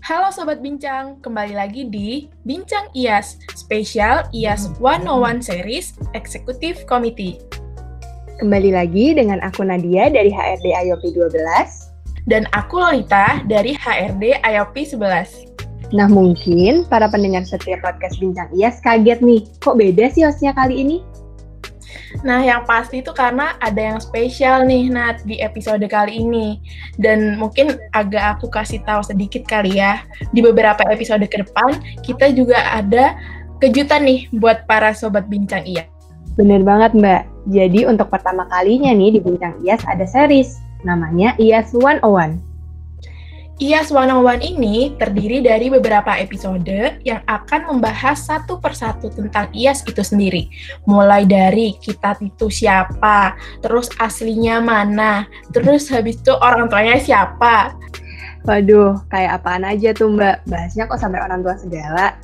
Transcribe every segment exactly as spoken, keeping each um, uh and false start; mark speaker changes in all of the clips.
Speaker 1: Halo Sobat Bincang, kembali lagi di Bincang I A S, spesial I A S seratus satu Series Executive Committee.
Speaker 2: Kembali lagi dengan aku Nadia dari H R D I O P dua belas.
Speaker 1: Dan aku Lolita dari H R D I O P sebelas.
Speaker 2: Nah mungkin para pendengar setiap podcast Bincang I A S kaget nih, kok beda sih hostnya kali ini?
Speaker 1: Nah, yang pasti itu karena ada yang spesial nih, Nat, di episode kali ini. Dan mungkin agak aku kasih tahu sedikit kali ya. Di beberapa episode ke depan, kita juga ada kejutan nih buat para Sobat Bincang I A S.
Speaker 2: Bener banget, Mbak. Jadi untuk pertama kalinya nih di Bincang I A S ada series, namanya I A S seratus satu.
Speaker 1: I A S seratus satu ini terdiri dari beberapa episode yang akan membahas satu persatu tentang I A S itu sendiri. Mulai dari kita itu siapa, terus aslinya mana, terus habis itu orang tuanya siapa.
Speaker 2: Waduh, kayak apaan aja tuh Mbak? Bahasnya kok sampai orang tua segala?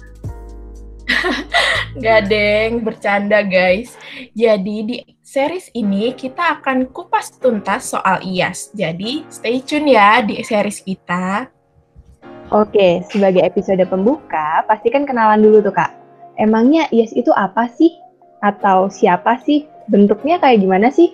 Speaker 1: Gak deng, bercanda guys. Jadi di series ini kita akan kupas tuntas soal I A S. Jadi stay tune ya di series kita.
Speaker 2: Oke, sebagai episode pembuka, pastikan kenalan dulu tuh Kak. Emangnya I A S itu apa sih? Atau siapa sih? Bentuknya kayak gimana sih?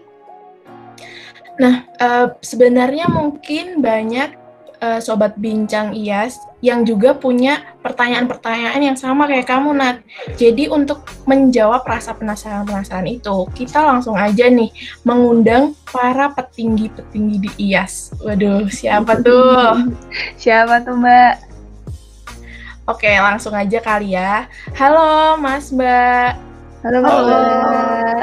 Speaker 1: Nah, uh, sebenarnya mungkin banyak uh, Sobat Bincang I A S yang juga punya pertanyaan-pertanyaan yang sama kayak kamu, Nat. Jadi untuk menjawab rasa penasaran-penasaran itu, kita langsung aja nih mengundang para petinggi-petinggi di I A S. Waduh, siapa tuh?
Speaker 2: Siapa tuh, Mbak?
Speaker 1: Oke, langsung aja kali ya. Halo, Mas Mbak.
Speaker 2: Halo, Mas Mbak.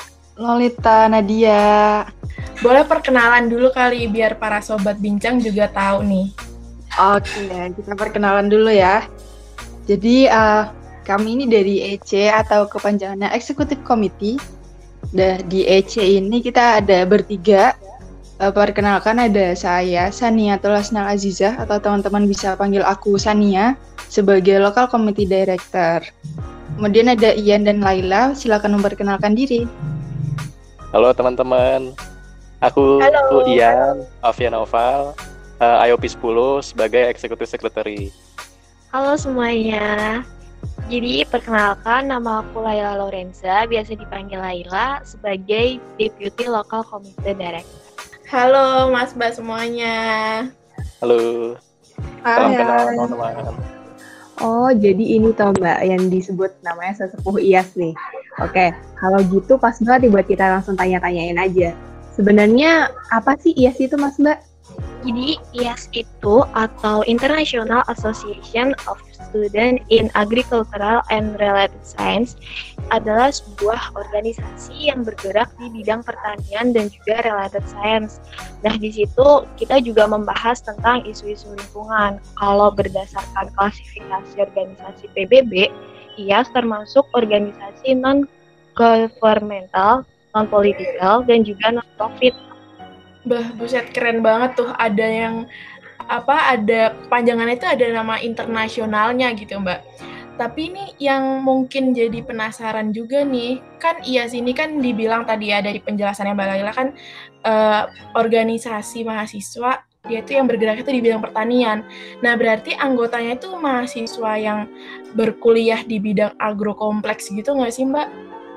Speaker 3: Lolita, Nadia.
Speaker 1: Boleh perkenalan dulu kali biar para Sobat Bincang juga tahu nih.
Speaker 3: Oke, kita perkenalan dulu ya. Jadi uh, kami ini dari E C atau kepanjangannya Executive Committee. Nah, di E C ini kita ada bertiga. Uh, perkenalkan ada saya, Sania Tolasnal Azizah, atau teman-teman bisa panggil aku Sania, sebagai Local Committee Director. Kemudian ada Ian dan Laila, silakan memperkenalkan diri.
Speaker 4: Halo teman-teman, aku
Speaker 1: Halo.
Speaker 4: Ian Alfian Oval, uh, I O P sepuluh sebagai Executive Secretary.
Speaker 5: Halo semuanya, jadi perkenalkan nama aku Laila Lorenza, biasa dipanggil Laila sebagai Deputy Local Committee Director.
Speaker 1: Halo Mas Mbak semuanya.
Speaker 4: Halo, salam kenal teman-teman.
Speaker 2: Oh, jadi ini toh Mbak yang disebut namanya sesepuh I A S nih. Oke, kalau gitu pas banget nih buat kita langsung tanya-tanyain aja. Sebenarnya apa sih I A S itu Mas Mbak?
Speaker 5: Jadi I A S itu atau International Association of Students in Agricultural and Related Science adalah sebuah organisasi yang bergerak di bidang pertanian dan juga related science. Nah, di situ kita juga membahas tentang isu-isu lingkungan. Kalau berdasarkan klasifikasi organisasi P B B, I A S termasuk organisasi non-governmental, non-political, dan juga non-profit.
Speaker 1: Bah, buset keren banget tuh, ada yang apa ada panjangannya itu ada nama internasionalnya gitu Mbak. Tapi ini yang mungkin jadi penasaran juga nih, kan I A S ini kan dibilang tadi ya dari penjelasannya Mbak Laila kan eh, organisasi mahasiswa dia itu yang bergerak itu di bidang pertanian. Nah berarti anggotanya itu mahasiswa yang berkuliah di bidang agrokompleks gitu nggak sih Mbak?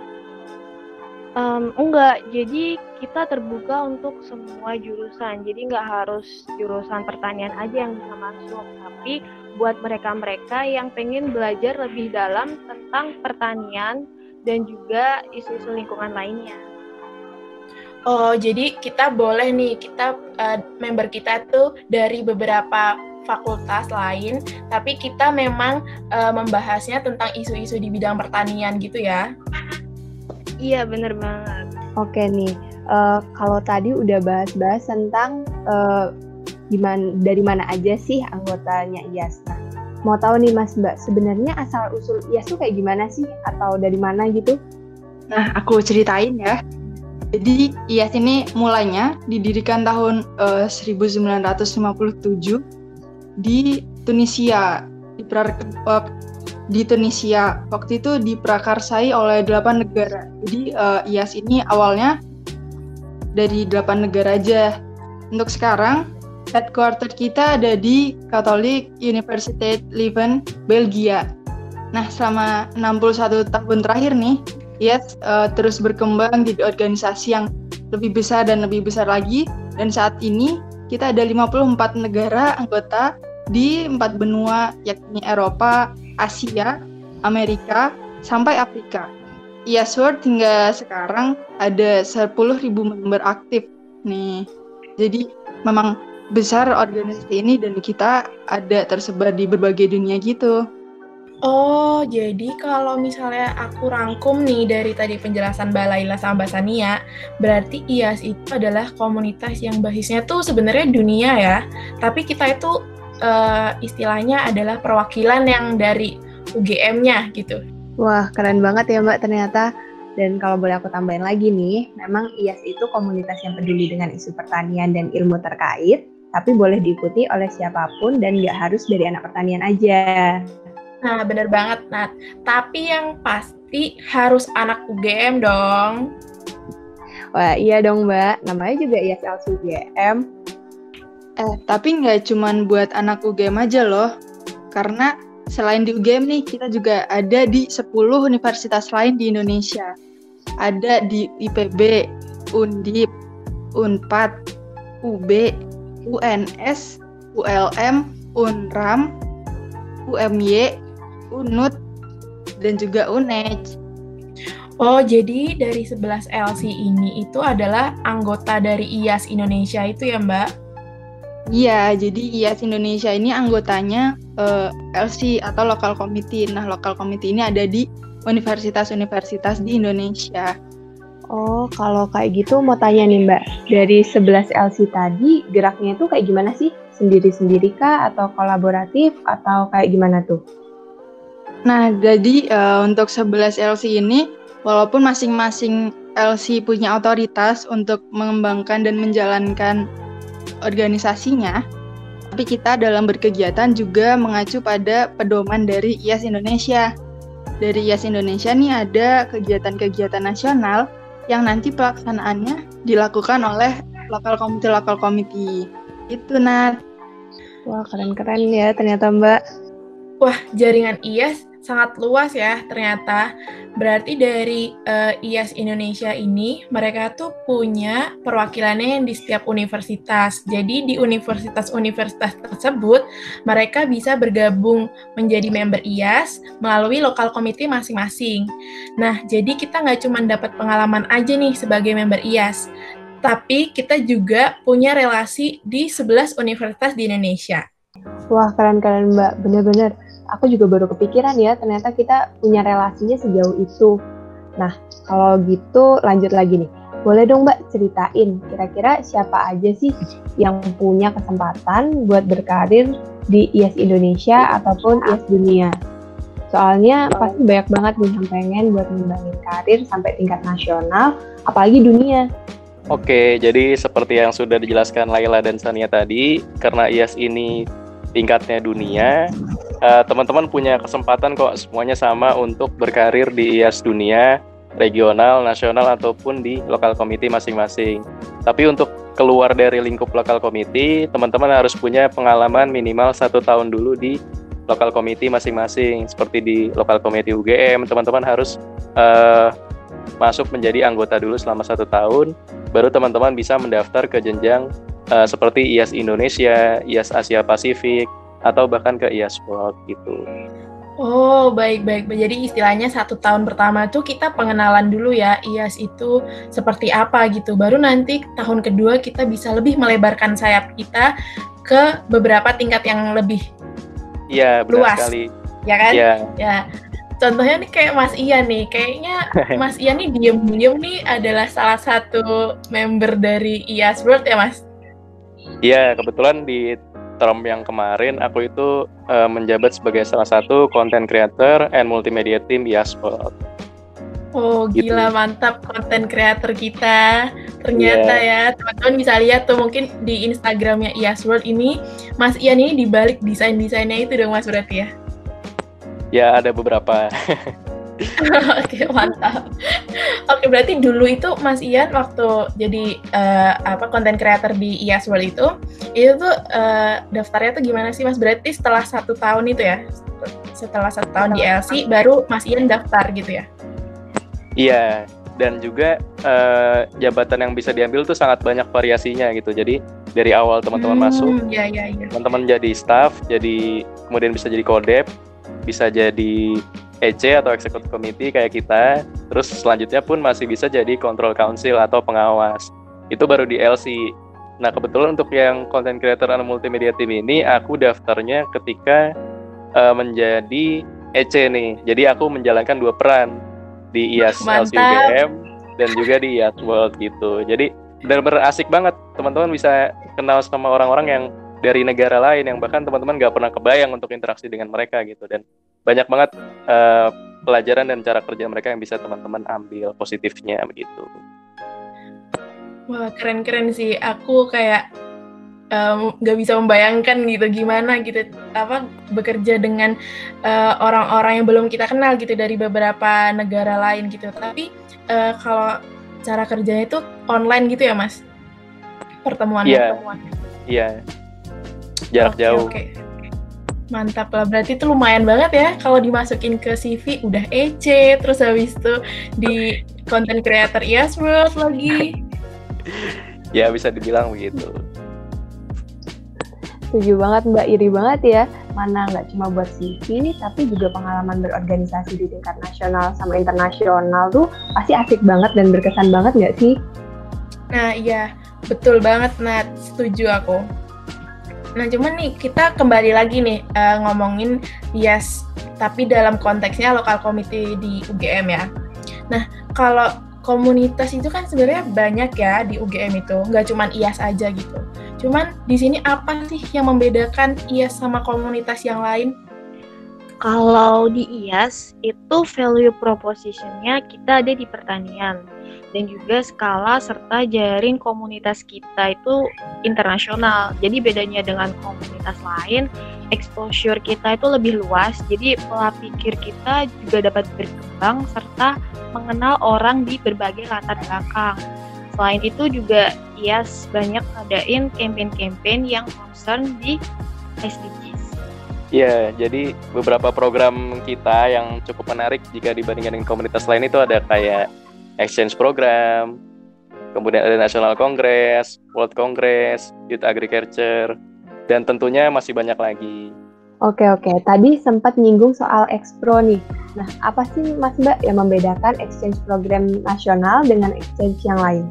Speaker 5: Um, enggak, jadi kita terbuka untuk semua jurusan. Jadi nggak harus jurusan pertanian aja yang bisa masuk, tapi buat mereka-mereka yang pengen belajar lebih dalam tentang pertanian dan juga isu-isu lingkungan lainnya.
Speaker 1: Oh, jadi kita boleh nih, kita uh, member kita tuh dari beberapa fakultas lain, tapi kita memang uh, membahasnya tentang isu-isu di bidang pertanian gitu ya?
Speaker 5: Iya, bener banget.
Speaker 2: Oke nih, uh, kalau tadi udah bahas-bahas tentang uh, gimana, dari mana aja sih anggotanya I A S. Nah, mau tahu nih Mas Mbak, sebenarnya asal-usul I A S tuh kayak gimana sih? Atau dari mana gitu?
Speaker 3: Nah, aku ceritain ya. Jadi I A S ini mulainya didirikan tahun uh, seribu sembilan ratus lima puluh tujuh di Tunisia. Di pra- uh, di Tunisia. Waktu itu diprakarsai oleh delapan negara. Jadi uh, I A S ini awalnya dari delapan negara aja. Untuk sekarang headquarter kita ada di Catholic University Leuven, Belgia. Nah, selama enam puluh satu tahun terakhir nih, I A S uh, terus berkembang di organisasi yang lebih besar dan lebih besar lagi. Dan saat ini kita ada lima puluh empat negara anggota di empat benua, yakni Eropa, Asia, Amerika, sampai Afrika. I A S World hingga sekarang ada sepuluh ribu member aktif nih. Jadi memang besar organisasi ini dan kita ada tersebar di berbagai dunia gitu.
Speaker 1: Oh, jadi kalau misalnya aku rangkum nih dari tadi penjelasan Mbak Laila sama Mbak Sania, berarti I A S itu adalah komunitas yang basisnya tuh sebenarnya dunia ya, tapi kita itu uh, istilahnya adalah perwakilan yang dari U G M-nya gitu.
Speaker 2: Wah, keren banget ya Mbak ternyata. Dan kalau boleh aku tambahin lagi nih, memang I A S itu komunitas yang peduli dengan isu pertanian dan ilmu terkait, tapi boleh diikuti oleh siapapun dan nggak harus dari anak pertanian aja.
Speaker 1: Nah, bener banget, Nat. Tapi yang pasti harus anak U G M dong.
Speaker 2: Wah, iya dong, Mbak. Namanya juga I A S L S U G M.
Speaker 3: Eh, tapi nggak cuman buat anak U G M aja loh. Karena selain di U G M nih, kita juga ada di sepuluh universitas lain di Indonesia. Ada di I P B, Undip, Unpad, U B, U N S, U L M, Unram, U M Y, U N U T, dan juga U N E J.
Speaker 1: Oh, jadi dari sebelas L C ini itu adalah anggota dari I A S Indonesia itu ya, Mbak?
Speaker 3: Iya, jadi I A S Indonesia ini anggotanya uh, L C atau Local Committee. Nah, Local Committee ini ada di universitas-universitas di Indonesia.
Speaker 2: Oh, kalau kayak gitu mau tanya nih Mbak, dari sebelas L C tadi geraknya itu kayak gimana sih? Sendiri-sendiri kah atau kolaboratif atau kayak gimana tuh?
Speaker 3: Nah, jadi uh, untuk sebelas L C ini, walaupun masing-masing L C punya otoritas untuk mengembangkan dan menjalankan organisasinya, tapi kita dalam berkegiatan juga mengacu pada pedoman dari I A S Indonesia. Dari I A S Indonesia nih ada kegiatan-kegiatan nasional yang nanti pelaksanaannya dilakukan oleh lokal komite-lokal committee. Itu, Nat.
Speaker 2: Wah, keren-keren ya ternyata Mbak.
Speaker 1: Wah, jaringan I A S sangat luas ya ternyata. Berarti dari uh, I A S Indonesia ini, mereka tuh punya perwakilannya yang di setiap universitas. Jadi di universitas-universitas tersebut, mereka bisa bergabung menjadi member I A S melalui lokal komite masing-masing. Nah, jadi kita nggak cuma dapat pengalaman aja nih sebagai member I A S, tapi kita juga punya relasi di sebelas universitas di Indonesia.
Speaker 2: Wah, keren-keren Mbak, bener-bener. Aku juga baru kepikiran ya, ternyata kita punya relasinya sejauh itu. Nah, kalau gitu lanjut lagi nih. Boleh dong Mbak ceritain, kira-kira siapa aja sih yang punya kesempatan buat berkarir di I A S Indonesia ataupun I A S Dunia? Soalnya pasti banyak banget nih yang pengen buat ngembangin karir sampai tingkat nasional, apalagi dunia.
Speaker 4: Oke, jadi seperti yang sudah dijelaskan Laila dan Sania tadi, karena I A S ini tingkatnya dunia, uh, teman-teman punya kesempatan kok semuanya sama untuk berkarir di I A S dunia, regional, nasional, ataupun di lokal komite masing-masing. Tapi untuk keluar dari lingkup lokal komite, teman-teman harus punya pengalaman minimal satu tahun dulu di lokal komite masing-masing. Seperti di lokal komite U G M, teman-teman harus uh, masuk menjadi anggota dulu selama satu tahun, baru teman-teman bisa mendaftar ke jenjang Uh, seperti I A S Indonesia, I A S Asia Pasifik, atau bahkan ke I A S World gitu.
Speaker 1: Oh, baik-baik. Jadi istilahnya satu tahun pertama tuh kita pengenalan dulu ya, I A S itu seperti apa gitu. Baru nanti tahun kedua kita bisa lebih melebarkan sayap kita ke beberapa tingkat yang lebih
Speaker 4: Iya, benar
Speaker 1: luas.
Speaker 4: sekali.
Speaker 1: Ya kan?
Speaker 4: Iya.
Speaker 1: Ya. Contohnya nih kayak Mas Ian nih, kayaknya Mas Ian nih diem-diem nih adalah salah satu member dari I A S World ya Mas?
Speaker 4: Iya, kebetulan di term yang kemarin aku itu uh, menjabat sebagai salah satu content creator and multimedia team I A S World.
Speaker 1: Oh,
Speaker 4: Gitu.
Speaker 1: gila mantap content creator kita. Ternyata
Speaker 4: Yeah.
Speaker 1: ya, teman-teman bisa lihat tuh mungkin di Instagramnya I A S World ini, Mas Ian ini dibalik desain-desainnya itu dong Mas berarti ya?
Speaker 4: Ya, ada beberapa.
Speaker 1: Oke, mantap. Oke, berarti dulu itu Mas Ian waktu jadi uh, apa content creator di I A S World itu, itu tuh uh, daftarnya tuh gimana sih Mas? Berarti setelah satu tahun itu ya, setelah satu tahun di L C, baru Mas Ian daftar gitu ya?
Speaker 4: Iya, dan juga uh, jabatan yang bisa diambil tuh sangat banyak variasinya gitu. Jadi dari awal teman-teman
Speaker 1: hmm,
Speaker 4: masuk,
Speaker 1: ya, ya, ya.
Speaker 4: teman-teman jadi staff, jadi kemudian bisa jadi kodep, bisa jadi E C atau executive committee kayak kita, terus selanjutnya pun masih bisa jadi control council atau pengawas. Itu baru di L C. Nah, kebetulan untuk yang content creator and multimedia team ini, aku daftarnya ketika uh, menjadi E C nih. Jadi aku menjalankan dua peran di I A S L C U G M dan juga di I A S World gitu. Jadi benar-benar asik banget. Teman-teman bisa kenal sama orang-orang yang dari negara lain yang bahkan teman-teman nggak pernah kebayang untuk interaksi dengan mereka gitu. Dan banyak banget uh, pelajaran dan cara kerja mereka yang bisa teman-teman ambil positifnya begitu.
Speaker 1: Wah, keren-keren sih. Aku kayak nggak um, bisa membayangkan gitu gimana gitu apa bekerja dengan uh, orang-orang yang belum kita kenal gitu dari beberapa negara lain gitu. Tapi uh, kalau cara kerjanya itu online gitu ya, Mas? Pertemuan-pertemuan.
Speaker 4: Iya. Jarak
Speaker 1: okay,
Speaker 4: jauh.
Speaker 1: Okay. Mantap lah, berarti itu lumayan banget ya kalau dimasukin ke C V udah E C, terus habis itu di content creator I A S World lagi.
Speaker 4: Ya bisa dibilang begitu.
Speaker 2: Setuju banget Mbak, iri banget ya. Mana nggak cuma buat C V, tapi juga pengalaman berorganisasi di tingkat nasional sama internasional tuh pasti asik banget dan berkesan banget nggak sih?
Speaker 1: Nah iya, betul banget Nat, setuju aku. Nah cuman nih kita kembali lagi nih uh, ngomongin I A S, tapi dalam konteksnya lokal committee di U G M ya. Nah kalau komunitas itu kan sebenarnya banyak ya di U G M itu, nggak cuman I A S aja gitu. Cuman di sini apa sih yang membedakan I A S sama komunitas yang lain?
Speaker 5: Kalau di I A S itu value proposition-nya kita ada di pertanian dan juga skala serta jaring komunitas kita itu internasional. Jadi bedanya dengan komunitas lain, exposure kita itu lebih luas. Jadi pola pikir kita juga dapat berkembang serta mengenal orang di berbagai latar belakang. Selain itu juga I A S banyak ngadain campaign-campaign yang concern di S D Gs.
Speaker 4: Iya, jadi beberapa program kita yang cukup menarik jika dibandingkan dengan komunitas lain itu ada kayak exchange program, kemudian ada National Congress, World Congress, Youth Agriculture, dan tentunya masih banyak lagi.
Speaker 2: Oke oke, tadi sempat nyinggung soal Expro nih. Nah, apa sih Mas Mbak yang membedakan exchange program nasional dengan exchange yang lain?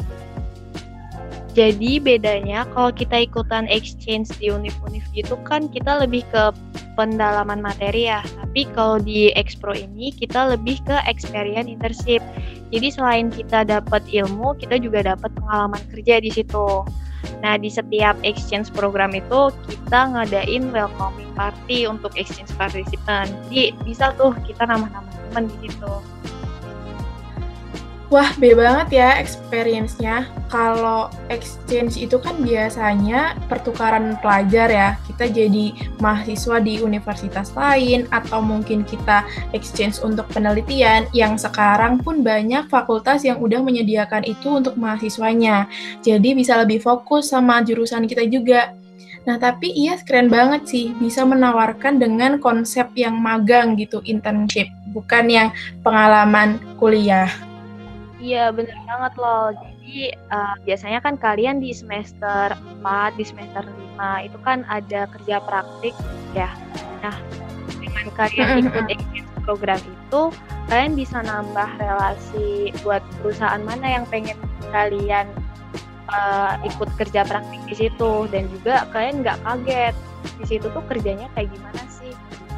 Speaker 5: Jadi bedanya kalau kita ikutan exchange di univ-univ gitu kan kita lebih ke pendalaman materi ya. Tapi kalau di Expro ini kita lebih ke experience internship. Jadi selain kita dapat ilmu, kita juga dapat pengalaman kerja di situ. Nah, di setiap exchange program itu kita ngadain welcoming party untuk exchange participant. Jadi bisa tuh kita nambah-nambah teman di situ.
Speaker 1: Wah, beda banget ya experience-nya. Kalau exchange itu kan biasanya pertukaran pelajar ya. Kita jadi mahasiswa di universitas lain atau mungkin kita exchange untuk penelitian yang sekarang pun banyak fakultas yang udah menyediakan itu untuk mahasiswanya. Jadi bisa lebih fokus sama jurusan kita juga. Nah, tapi iya keren banget sih bisa menawarkan dengan konsep yang magang gitu, internship, bukan yang pengalaman kuliah.
Speaker 5: Iya, bener banget loh. Jadi uh, biasanya kan kalian di semester empat, di semester lima itu kan ada kerja praktik ya. Nah, dengan kalian ikut exchange program itu, kalian bisa nambah relasi buat perusahaan mana yang pengen kalian uh, ikut kerja praktik di situ. Dan juga kalian nggak kaget di situ tuh kerjanya kayak gimana sih.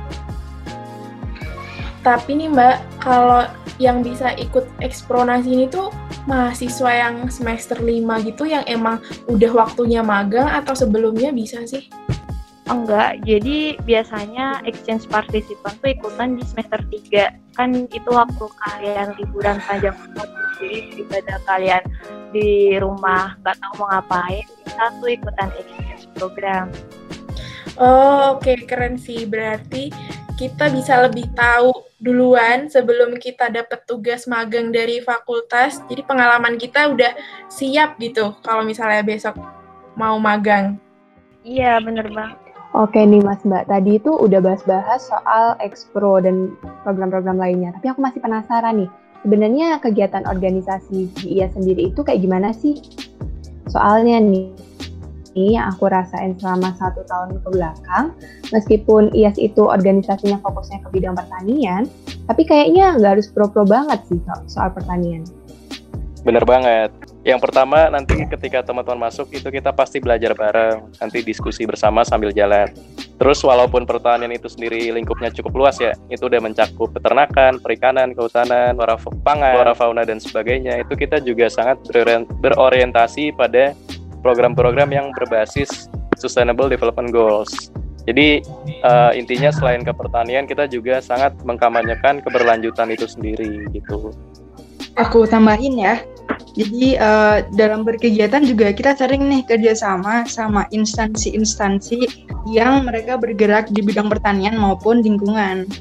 Speaker 1: Tapi nih Mbak, kalau yang bisa ikut ekspronasi ini tuh mahasiswa yang semester lima gitu yang emang udah waktunya magang atau sebelumnya bisa sih?
Speaker 5: Enggak, jadi biasanya exchange participant tuh ikutan di semester tiga. Kan itu waktu kalian liburan panjang. Jadi daripada kalian di rumah gak tahu mau ngapain, bisa tuh ikutan exchange program.
Speaker 1: Oh, oke, okay. Keren sih. Berarti kita bisa lebih tahu duluan sebelum kita dapat tugas magang dari fakultas. Jadi pengalaman kita udah siap gitu kalau misalnya besok mau magang.
Speaker 5: Iya, bener banget.
Speaker 2: Oke nih Mas Mbak, tadi itu udah bahas-bahas soal Expro dan program-program lainnya. Tapi aku masih penasaran nih, sebenarnya kegiatan organisasi di I A S sendiri itu kayak gimana sih? Soalnya nih, ini yang aku rasain selama satu tahun ke belakang, meskipun I A S itu organisasinya fokusnya ke bidang pertanian, tapi kayaknya nggak harus pro-pro banget sih soal pertanian.
Speaker 4: Bener banget. Yang pertama, nanti ketika teman-teman masuk, itu kita pasti belajar bareng, nanti diskusi bersama sambil jalan. Terus walaupun pertanian itu sendiri lingkupnya cukup luas ya, itu udah mencakup peternakan, perikanan, kehutanan, flora pangan, flora fauna, dan sebagainya, itu kita juga sangat berorientasi pada program-program yang berbasis Sustainable Development Goals. Jadi uh, intinya selain ke pertanian, kita juga sangat mengkampanyekan keberlanjutan itu sendiri gitu.
Speaker 3: Aku tambahin ya. Jadi uh, dalam berkegiatan juga kita sering nih kerjasama sama instansi-instansi yang mereka bergerak di bidang pertanian maupun lingkungan.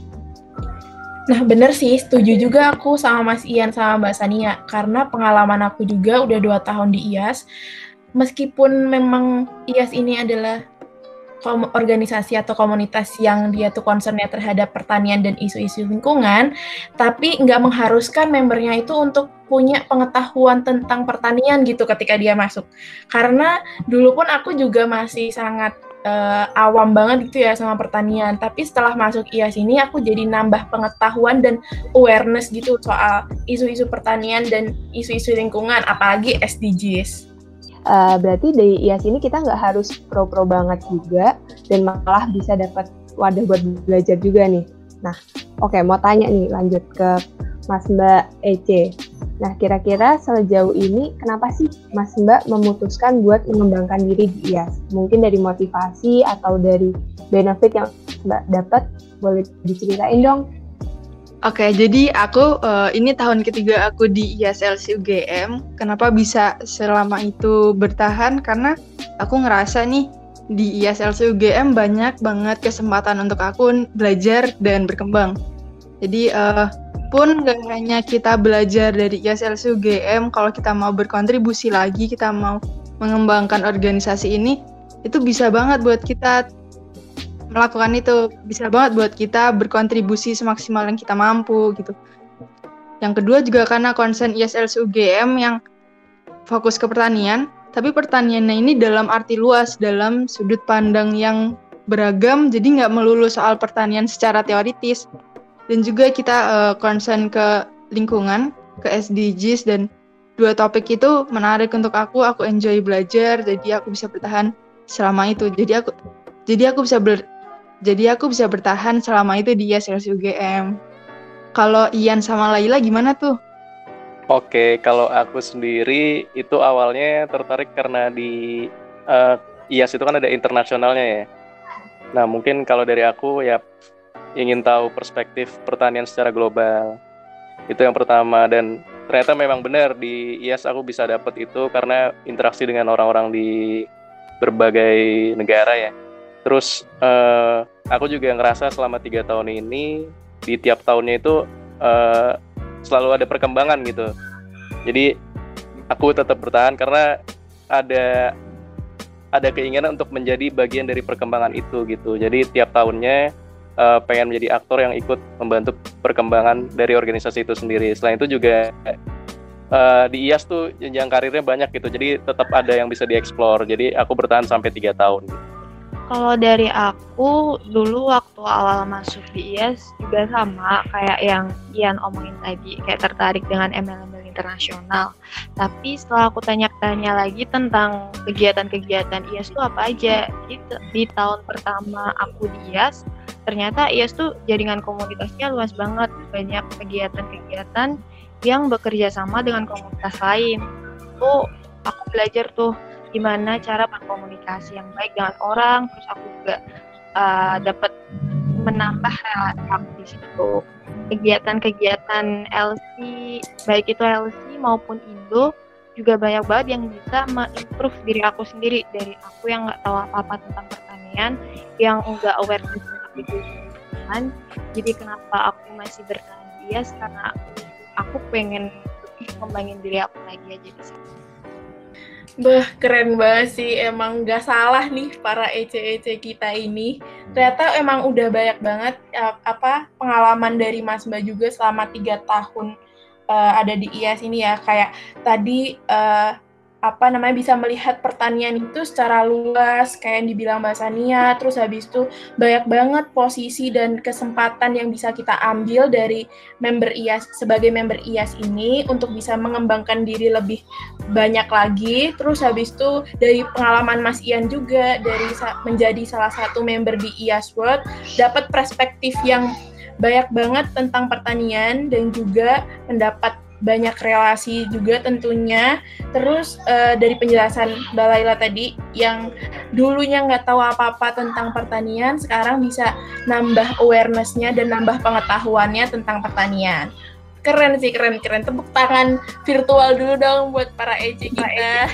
Speaker 1: Nah bener sih, setuju juga aku sama Mas Ian sama Mbak Sania. Karena pengalaman aku juga udah dua tahun di I A S. Meskipun memang I A S ini adalah organisasi atau komunitas yang dia tuh concernnya terhadap pertanian dan isu-isu lingkungan, tapi nggak mengharuskan membernya itu untuk punya pengetahuan tentang pertanian gitu ketika dia masuk. Karena dulu pun aku juga masih sangat uh, awam banget gitu ya sama pertanian, tapi setelah masuk I A S ini aku jadi nambah pengetahuan dan awareness gitu soal isu-isu pertanian dan isu-isu lingkungan, apalagi S D Gs.
Speaker 2: Uh, berarti dari I A S ini kita nggak harus pro-pro banget juga dan malah bisa dapat wadah buat belajar juga nih. Nah, oke okay, mau tanya nih lanjut ke Mas Mbak E C. Nah, kira-kira sejauh ini kenapa sih Mas Mbak memutuskan buat mengembangkan diri di I A S? Mungkin dari motivasi atau dari benefit yang Mbak dapat, boleh diceritain dong?
Speaker 3: Oke, jadi aku uh, ini tahun ketiga aku di I A S L C U G M. Kenapa bisa selama itu bertahan? Karena aku ngerasa nih di I A S L C U G M banyak banget kesempatan untuk aku belajar dan berkembang. Jadi uh, pun gak hanya kita belajar dari I A S L C U G M, kalau kita mau berkontribusi lagi, kita mau mengembangkan organisasi ini, itu bisa banget buat kita melakukan itu, bisa banget buat kita berkontribusi semaksimal yang kita mampu gitu. Yang kedua juga karena concern I A S L C U G M yang fokus ke pertanian, tapi pertaniannya ini dalam arti luas, dalam sudut pandang yang beragam, jadi nggak melulu soal pertanian secara teoritis. Dan juga kita uh, concern ke lingkungan, ke S D Gs, dan dua topik itu menarik untuk aku, aku enjoy belajar, jadi aku bisa bertahan selama itu. Jadi aku jadi aku bisa ber Jadi aku bisa bertahan selama itu di I A S L C U G M. Kalau Ian sama Laila gimana tuh?
Speaker 4: Oke, kalau aku sendiri itu awalnya tertarik karena di uh, I A S itu kan ada internasionalnya ya. Nah mungkin kalau dari aku ya ingin tahu perspektif pertanian secara global. Itu yang pertama, dan ternyata memang benar di I A S aku bisa dapat itu karena interaksi dengan orang-orang di berbagai negara ya. Terus uh, aku juga ngerasa selama tiga tahun ini di tiap tahunnya itu uh, selalu ada perkembangan gitu. Jadi aku tetap bertahan karena ada ada keinginan untuk menjadi bagian dari perkembangan itu gitu. Jadi tiap tahunnya uh, pengen menjadi aktor yang ikut membantu perkembangan dari organisasi itu sendiri. Selain itu juga uh, di I A S tuh jenjang karirnya banyak gitu. Jadi tetap ada yang bisa dieksplor. Jadi aku bertahan sampai tiga tahun gitu.
Speaker 5: Kalau dari aku, dulu waktu awal masuk di I A S juga sama kayak yang Ian omongin tadi, kayak tertarik dengan M L M internasional. Tapi setelah aku tanya-tanya lagi tentang kegiatan-kegiatan I A S itu apa aja, di, di tahun pertama aku di I A S, ternyata I A S tuh jaringan komunitasnya luas banget, banyak kegiatan-kegiatan yang bekerja sama dengan komunitas lain. Tuh aku belajar tuh gimana cara berkomunikasi yang baik dengan orang, terus aku juga uh, dapat menambah relasi aku di situ. Kegiatan-kegiatan L C, baik itu L C maupun Indo, juga banyak banget yang bisa me-improve diri aku sendiri, dari aku yang nggak tahu apa-apa tentang pertanian, yang nggak aware tentang itu. pengalaman. Jadi kenapa aku masih bertahan di I A S, karena aku pengen lebih ngembangin diri aku lagi aja di sana.
Speaker 1: Bah, keren banget sih. Emang gak salah nih para E C-E C kita ini. Ternyata emang udah banyak banget uh, apa pengalaman dari Mas Mbak juga selama tiga tahun uh, ada di I A S ini ya. Kayak tadi uh, apa namanya bisa melihat pertanian itu secara luas kayak yang dibilang Mbak Sania. Terus habis itu banyak banget posisi dan kesempatan yang bisa kita ambil dari member I A S sebagai member I A S ini untuk bisa mengembangkan diri lebih banyak lagi. Terus habis itu dari pengalaman Mas Ian juga dari sa- menjadi salah satu member di I A S World dapat perspektif yang banyak banget tentang pertanian dan juga mendapat banyak relasi juga tentunya. Terus uh, dari penjelasan Mbak Laila tadi yang dulunya nggak tahu apa-apa tentang pertanian, sekarang bisa nambah awareness-nya dan nambah pengetahuannya tentang pertanian. Keren sih, keren-keren. Tepuk tangan virtual dulu dong buat para E C kita.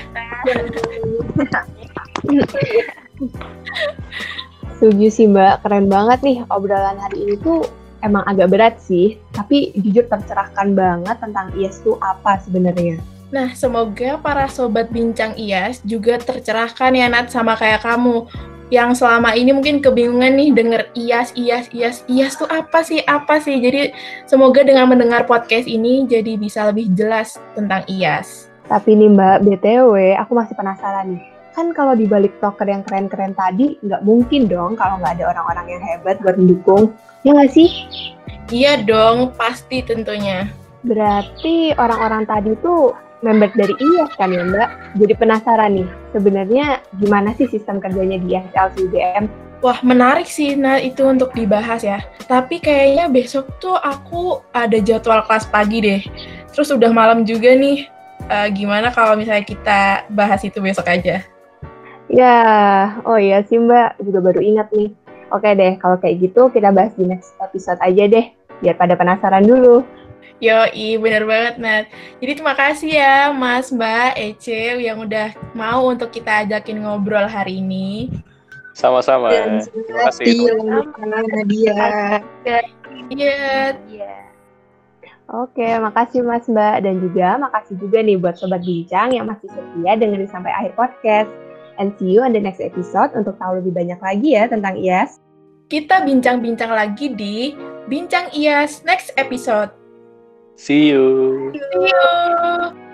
Speaker 2: Setuju sih Mbak, keren banget nih obrolan hari ini tuh. Emang agak berat sih, tapi jujur tercerahkan banget tentang I A S itu apa sebenarnya.
Speaker 1: Nah, semoga para sobat bincang I A S juga tercerahkan ya Nat, sama kayak kamu yang selama ini mungkin kebingungan nih denger I A S, I A S, I A S, I A S itu apa sih, apa sih. Jadi semoga dengan mendengar podcast ini jadi bisa lebih jelas tentang I A S.
Speaker 2: Tapi nih Mbak, B T W aku masih penasaran nih. Kan kalau di balik talker yang keren-keren tadi, nggak mungkin dong kalau nggak ada orang-orang yang hebat buat mendukung. Ya nggak sih?
Speaker 1: Iya dong, pasti tentunya.
Speaker 2: Berarti orang-orang tadi tuh member dari I A S kan ya Mbak? Jadi penasaran nih, sebenarnya gimana sih sistem kerjanya di I A S L C U G M?
Speaker 1: Wah, menarik sih nah itu untuk dibahas ya. Tapi kayaknya besok tuh aku ada jadwal kelas pagi deh. Terus udah malam juga nih. Uh, gimana kalau misalnya kita bahas itu besok aja?
Speaker 2: Ya, oh iya sih Mbak, juga baru ingat nih. Oke deh, kalau kayak gitu kita bahas di next episode aja deh, biar pada penasaran dulu.
Speaker 1: Yoi, bener banget Nat. Jadi terima kasih ya Mas, Mbak, E C yang udah mau untuk kita ajakin ngobrol hari ini.
Speaker 4: Sama-sama.
Speaker 3: Dan
Speaker 4: Terima kasih.
Speaker 3: Nadia.
Speaker 1: Iya.
Speaker 2: Oke, makasih Mas Mbak, dan juga makasih juga nih buat Sobat Bincang yang masih setia dengerin sampai akhir podcast. And see you on the next episode untuk tahu lebih banyak lagi ya tentang I A S.
Speaker 1: Kita bincang-bincang lagi di Bincang I A S next episode.
Speaker 4: See you.
Speaker 1: See you.